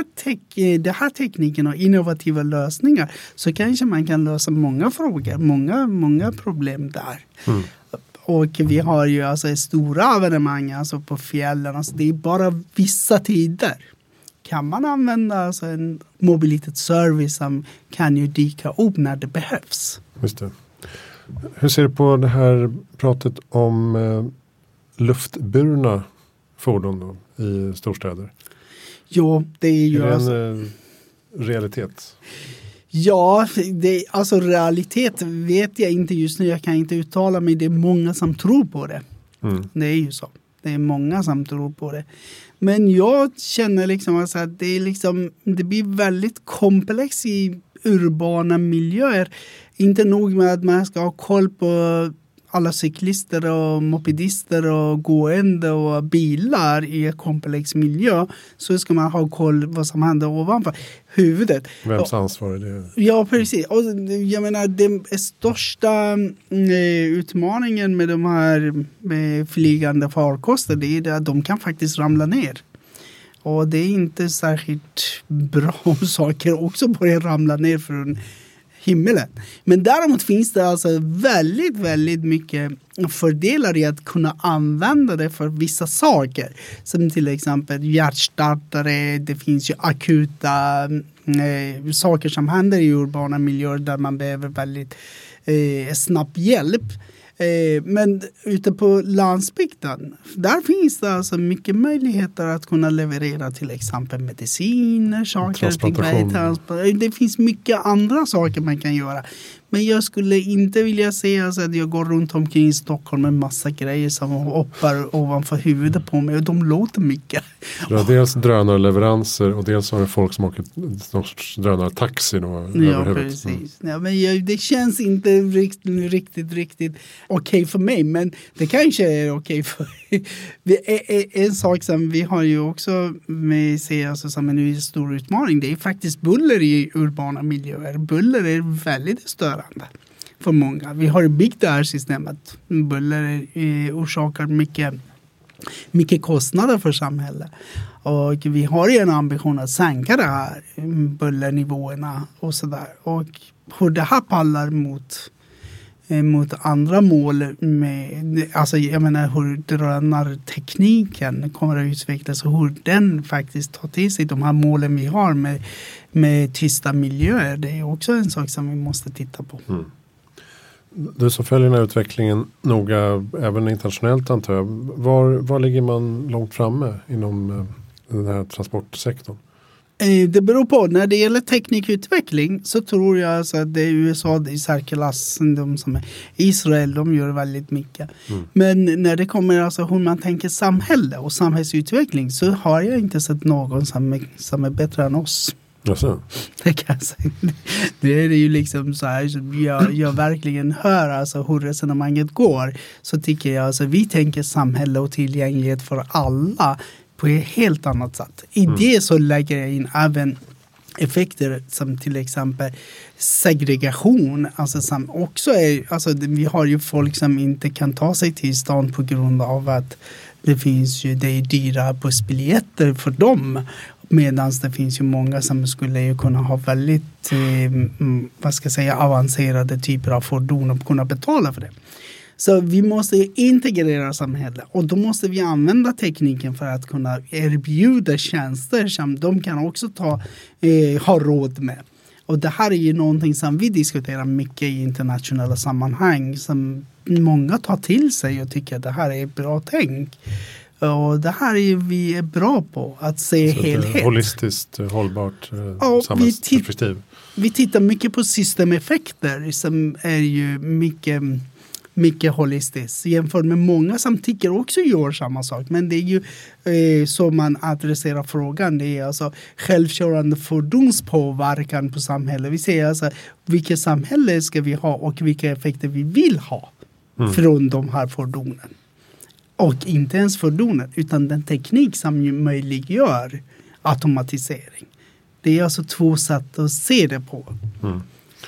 här tekniken och innovativa lösningar så kanske man kan lösa många frågor, många problem där. Och vi har ju alltså stora evenemang alltså på fjällen, alltså det är bara vissa tider. Kan man använda alltså en mobilitetsservice som kan ju dyka upp när det behövs. Just det. Hur ser du på det här pratet om luftburna fordon då, i storstäder? Ja, det är ju... Är det en realitet? Ja, alltså realitet vet jag inte just nu. Jag kan inte uttala mig. Det är många som tror på det. Det är ju så. Det är många som tror på det. Men jag känner liksom alltså att det blir väldigt komplext i urbana miljöer. Inte nog med att man ska ha koll på alla cyklister och mopedister och gående och bilar i en komplex miljö, så ska man ha koll vad som händer ovanför huvudet. Vems ansvar är det? Ja, precis. Och jag menar, den största utmaningen med de här med flygande farkoster, det är att de kan faktiskt ramla ner. Och det är inte särskilt bra om saker också börjar ramla ner från himmelen. Men däremot finns det alltså väldigt, väldigt mycket fördelar i att kunna använda det för vissa saker. Som till exempel hjärtstartare, det finns ju akuta saker som händer i urbana miljöer där man behöver väldigt snabb hjälp. Men ute på landsbygden, där finns det alltså mycket möjligheter att kunna leverera till exempel mediciner, saker. Det finns mycket andra saker man kan göra. Men jag skulle inte vilja se alltså, att jag går runt omkring i Stockholm med massa grejer som hoppar ovanför huvudet på mig och de låter mycket. Ja, dels drönarleveranser och dels har det folk som åker drönartaxi då över huvudet. Precis. Ja, men det känns inte riktigt okej för mig, men det kanske är okej för en sak som vi har ju också med sig alltså, som en stor utmaning, det är faktiskt buller i urbana miljöer. Buller är väldigt störande för många. Vi har byggt det här systemet. Buller orsakar mycket kostnader för samhället. Och vi har ju en ambition att sänka det här bullernivåerna och sådär. Och hur det här pallar mot andra mål med, alltså jag menar hur drönartekniken kommer att utvecklas och hur den faktiskt tar till sig de här målen vi har med tysta miljöer. Det är också en sak som vi måste titta på. Mm. Du som följer den här utvecklingen noga även internationellt antar jag. Var ligger man långt framme inom den här transportsektorn? Det beror på. När det gäller teknikutveckling så tror jag alltså att det är USA i särklass, de som är Israel, de gör väldigt mycket. Mm. Men när det kommer alltså hur man tänker samhälle och samhällsutveckling så har jag inte sett någon som är bättre än oss. Jaså? Det kan jag säga. Det är ju liksom så här som jag verkligen hör alltså hur resonemanget går, så tycker jag alltså vi tänker samhälle och tillgänglighet för alla på ett helt annat sätt. I det så lägger jag in även effekter som till exempel segregation. Alltså som också är, alltså vi har ju folk som inte kan ta sig till stan på grund av att det är dyra bussbiljetter för dem. Medan det finns ju många som skulle ju kunna ha väldigt avancerade typer av fordon och kunna betala för det. Så vi måste integrera samhället och då måste vi använda tekniken för att kunna erbjuda tjänster som de kan också ha råd med. Och det här är ju någonting som vi diskuterar mycket i internationella sammanhang som många tar till sig och tycker att det här är ett bra tänk. Och det här är vi är bra på att se helhet. Holistiskt hållbart samhällsperspektiv. Vi tittar mycket på systemeffekter som är ju mycket holistiskt. Jämfört med många som tycker också gör samma sak. Men det är ju så man adresserar frågan. Det är alltså självkörande fordonspåverkan på samhället. Vi säger alltså vilket samhälle ska vi ha och vilka effekter vi vill ha från de här fordonen. Och inte ens fordonen utan den teknik som ju möjliggör automatisering. Det är alltså två sätt att se det på. Mm.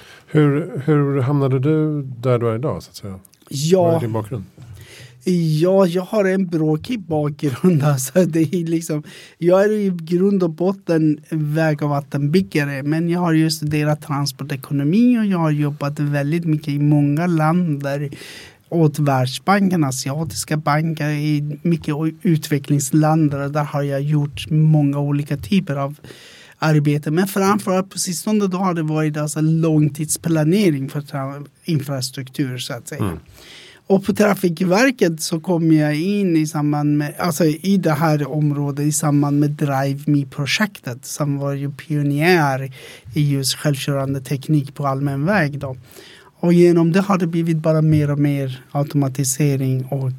Hur hamnade du där du är idag så att säga? Vad är din bakgrund? Ja, jag har en bråkig bakgrund. Alltså det är liksom, jag är i grund och botten väg- och vattenbyggare. Men jag har ju studerat transportekonomi och jag har jobbat väldigt mycket i många länder. Åt Världsbanken, asiatiska banker, i mycket utvecklingsländer. Där har jag gjort många olika typer av arbete. Men framförallt på sistone då har det varit alltså långtidsplanering för infrastruktur så att säga. Mm. Och på Trafikverket så kom jag in i samband med, alltså i det här området i samband med Drive-Me-projektet som var ju pionjär i just självkörande teknik på allmän väg då. Och genom det har det blivit bara mer och mer automatisering och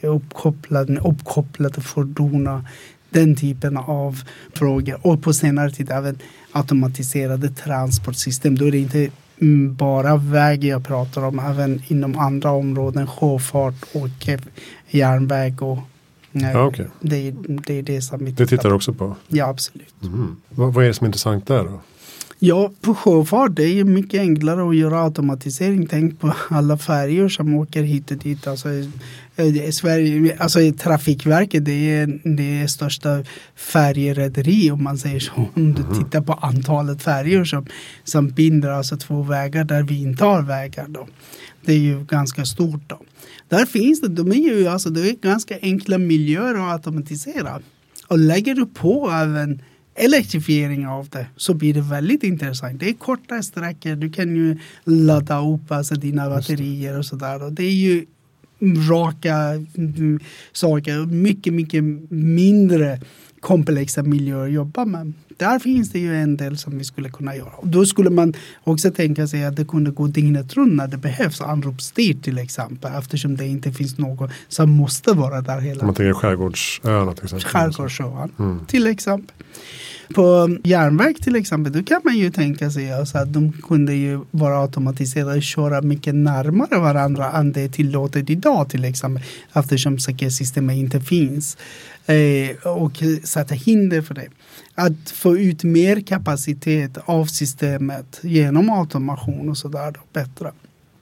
uppkopplade fordon, den typen av frågor. Och på senare tid även automatiserade transportsystem. Då är det inte bara väg jag pratar om, även inom andra områden, sjöfart och järnväg och Okay. Det är det som vi det tittar också på? Ja, absolut. Vad är det som är intressant där då? Ja, på sjöfart det är ju mycket enklare att göra automatisering. Tänk på alla färjor som åker hit och dit. Alltså, Sverige, alltså Trafikverket det är största färjerederi om man säger så. Om du tittar på antalet färjor som binder alltså 2 vägar där vi inte har vägar då. Det är ju ganska stort då. Där finns det är ganska enkla miljöer att automatisera. Och lägger du på även elektrifiering av det så blir det väldigt intressant. Det är korta sträckor. Du kan ju ladda upp alltså dina batterier och sådär. Och det är ju raka saker. Mycket, mycket mindre komplexa miljöer att jobba med. Där finns det ju en del som vi skulle kunna göra. Och då skulle man också tänka sig att det kunde gå dygnet runt när det behövs anropsstyrt till exempel. Eftersom det inte finns någon som måste vara där hela tiden. Man tänker skärgårdsöarna till exempel. Skärgårdsöarna till exempel. På järnväg till exempel, då kan man ju tänka sig alltså att de kunde ju vara automatiserade och köra mycket närmare varandra än det är tillåtet idag till exempel. Eftersom säkerhetssystemet inte finns. Och sätta hinder för det. Att få ut mer kapacitet av systemet genom automation och sådär då, bättre.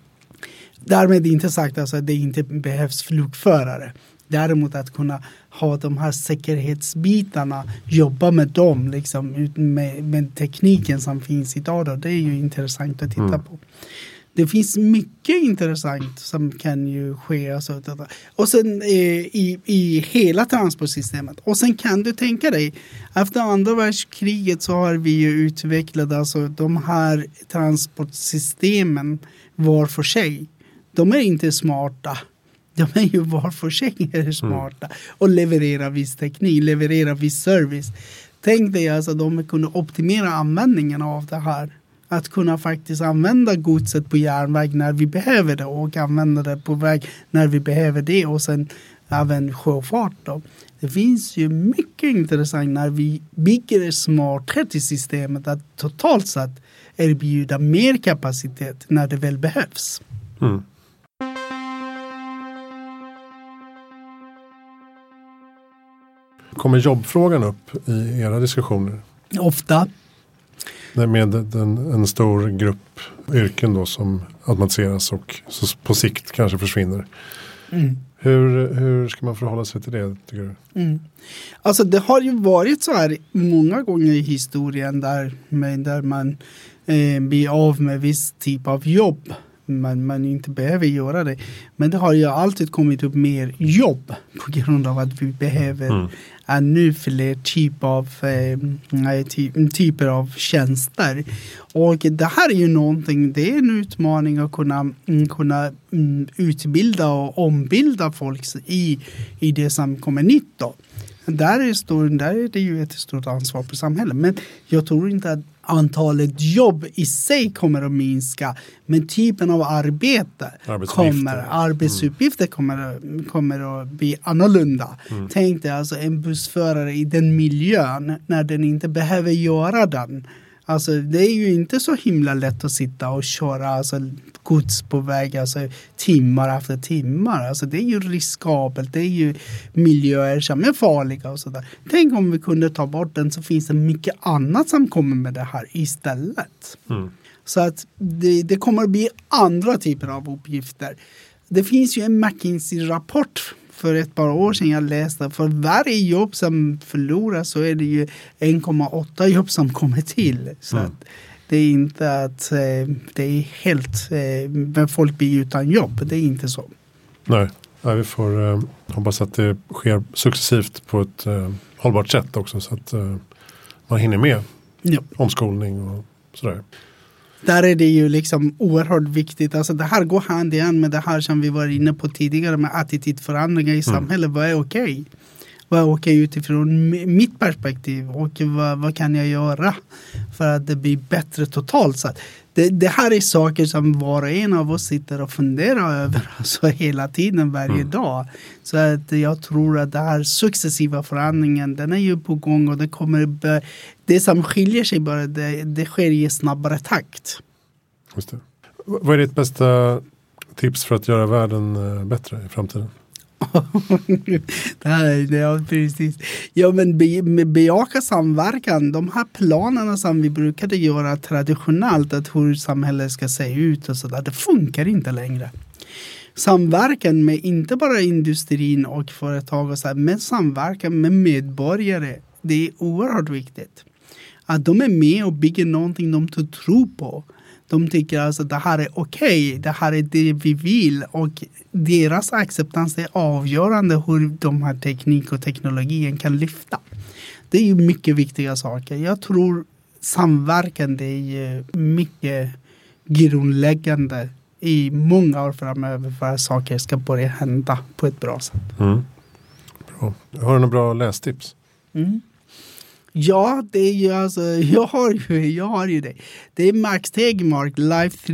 Därmed inte sagt alltså att det inte behövs flugförare. Däremot att kunna ha de här säkerhetsbitarna, jobba med dem liksom, med tekniken som finns idag då, det är ju intressant att titta på. Det finns mycket intressant som kan ju ske. Alltså, och sen i hela transportsystemet. Och sen kan du tänka dig, efter andra världskriget så har vi ju utvecklat alltså, de här transportsystemen var för sig. De är inte smarta. De är ju var för sig smarta. Och levererar viss teknik, levererar viss service. Tänk dig alltså att de kunde optimera användningen av det här. Att kunna faktiskt använda godset på järnväg när vi behöver det och använda det på väg när vi behöver det och sen även sjöfart då. Det finns ju mycket intressant när vi bygger smarthet i systemet att totalt sett erbjuda mer kapacitet när det väl behövs. Kommer jobbfrågan upp i era diskussioner? Ofta. Med en stor grupp yrken då som automatiseras och så på sikt kanske försvinner. Hur ska man förhålla sig till det, tycker du? Alltså det har ju varit så här många gånger i historien där man blir av med viss typ av jobb. Man inte behöver göra det. Men det har ju alltid kommit upp mer jobb på grund av att vi behöver ännu fler typer av tjänster. Och det här är ju någonting, det är en utmaning att kunna utbilda och ombilda folk i det som kommer nytt då. Där är det ju ett stort ansvar på samhället. Men jag tror inte att antalet jobb i sig kommer att minska. Men typen av arbetsuppgifter kommer att bli annorlunda. Tänk dig alltså en bussförare i den miljön när den inte behöver göra den. Alltså det är ju inte så himla lätt att sitta och köra alltså, gods på väg alltså, timmar efter timmar. Alltså det är ju riskabelt. Det är ju miljöer som är farliga och sådär. Tänk om vi kunde ta bort den så finns det mycket annat som kommer med det här istället. Så att det kommer att bli andra typer av uppgifter. Det finns ju en McKinsey-rapport för ett par år sedan jag läste. För varje jobb som förloras så är det ju 1,8 jobb som kommer till. Så att det är inte att det är helt folk blir utan jobb. Det är inte så. Nej, vi får hoppas att det sker successivt på ett hållbart sätt också. Så att man hinner med omskolning och sådär. Där är det ju liksom oerhört viktigt. Alltså det här går hand i hand med det här som vi var inne på tidigare med attitydförändringar i samhället. Vad är okej? Vad är okej utifrån mitt perspektiv? Och vad kan jag göra för att det blir bättre totalt sett? Det här är saker som var och en av oss sitter och funderar över alltså hela tiden, varje dag. Så att jag tror att det här successiva förändringen, den är ju på gång och det som skiljer sig bara, det sker i snabbare takt. Just det. Vad är ditt bästa tips för att göra världen bättre i framtiden? Ja, precis. Ja, men bejaka samverkan. De här planerna som vi brukade göra traditionellt, att hur samhället ska se ut och sådär, det funkar inte längre. Samverkan med inte bara industrin och företag och så här, men samverkan med medborgare, det är oerhört viktigt. Att de är med och bygger någonting de tror på. De tycker alltså att det här är okej, det här är det vi vill, och deras acceptans är avgörande hur de här teknik och teknologin kan lyfta. Det är ju mycket viktiga saker. Jag tror samverkan, det är mycket grundläggande i många år framöver för att saker ska börja hända på ett bra sätt. Bra. Har du några bra lästips? Ja, det är ju alltså, jag har ju det. Det är Max Tegmark, Life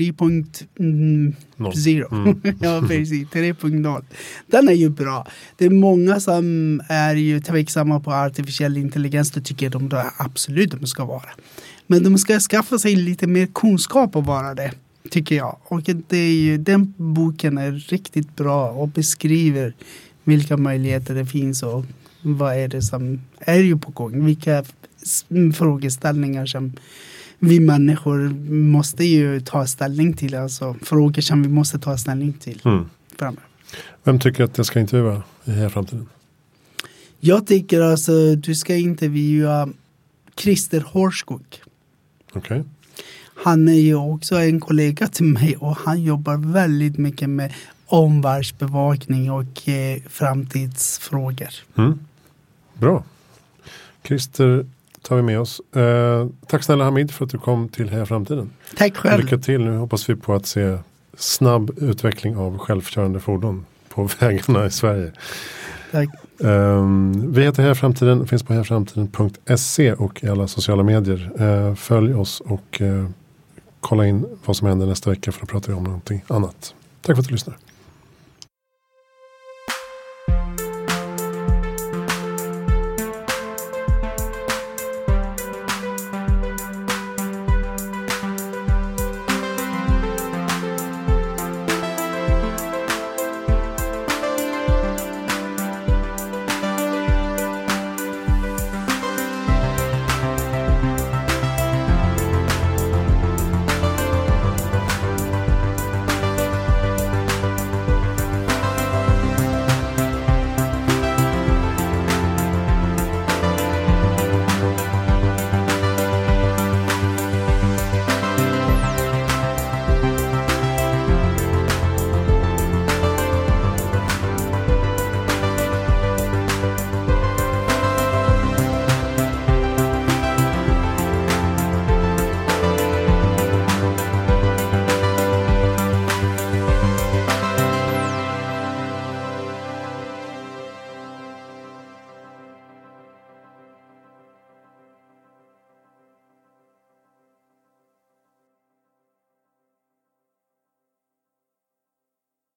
3.0. Ja, precis. 3.0. Den är ju bra. Det är många som är ju tveksamma på artificiell intelligens. Det tycker de då absolut de ska vara. Men de ska skaffa sig lite mer kunskap och vara det, tycker jag. Och det är ju, den boken är riktigt bra och beskriver vilka möjligheter det finns och vad är det som är ju på gång. Vilka frågeställningar som vi människor måste ju ta ställning till. Alltså frågor som vi måste ta ställning till framöver. Vem tycker att jag ska intervjua i här framtiden? Jag tycker alltså du ska intervjua Christer Horskog. Okej. Han är ju också en kollega till mig och han jobbar väldigt mycket med omvärldsbevakning och framtidsfrågor. Bra. Christer tar vi med oss. Tack snälla Hamid för att du kom till Heja Framtiden. Tack själv. Lycka till. Nu hoppas vi på att se snabb utveckling av självkörande fordon på vägarna i Sverige. Tack. Vi heter Heja Framtiden, finns på hejaframtiden.se och i alla sociala medier. Följ oss och kolla in vad som händer nästa vecka, för att prata om någonting annat. Tack för att du lyssnar.